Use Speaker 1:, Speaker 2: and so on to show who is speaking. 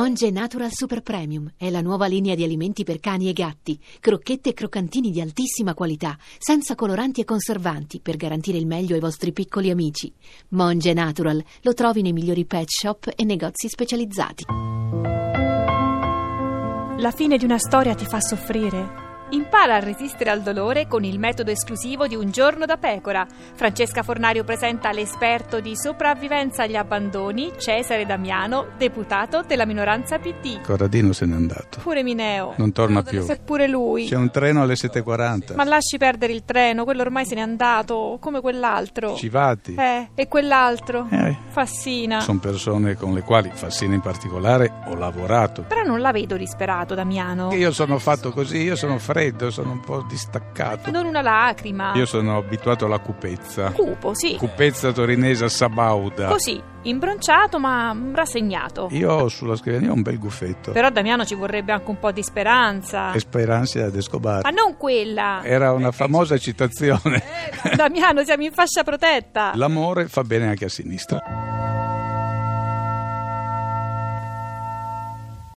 Speaker 1: Monge Natural Super Premium è la nuova linea di alimenti per cani e gatti, crocchette e croccantini di altissima qualità, senza coloranti e conservanti, per garantire il meglio ai vostri piccoli amici. Monge Natural lo trovi nei migliori pet shop e negozi specializzati.
Speaker 2: La fine di una storia ti fa soffrire? Impara a resistere al dolore con il metodo esclusivo di Un giorno da pecora. Francesca Fornario presenta l'esperto di sopravvivenza agli abbandoni, Cesare Damiano, deputato della minoranza PD.
Speaker 3: Corradino se n'è andato.
Speaker 2: Pure Mineo.
Speaker 3: Non torna più.
Speaker 2: Seppure lui.
Speaker 3: C'è un treno alle 7:40.
Speaker 2: Ma lasci perdere il treno, quello ormai se n'è andato, come quell'altro.
Speaker 3: Civati.
Speaker 2: E quell'altro? Fassina.
Speaker 3: Sono persone con le quali, Fassina in particolare, ho lavorato.
Speaker 2: Però non la vedo disperato, Damiano.
Speaker 3: Io sono fatto così, io sono freddo, sono un po' distaccato.
Speaker 2: Non una lacrima.
Speaker 3: Io sono abituato alla cupezza.
Speaker 2: Cupo, sì.
Speaker 3: Cupezza torinese a sabauda.
Speaker 2: Così, imbronciato ma rassegnato.
Speaker 3: Io ho sulla scrivania un bel guffetto.
Speaker 2: Però Damiano ci vorrebbe anche un po' di speranza.
Speaker 3: Esperanza de Escobar.
Speaker 2: Ma non quella.
Speaker 3: Era una famosa citazione.
Speaker 2: Damiano, siamo in fascia protetta.
Speaker 3: L'amore fa bene anche a sinistra.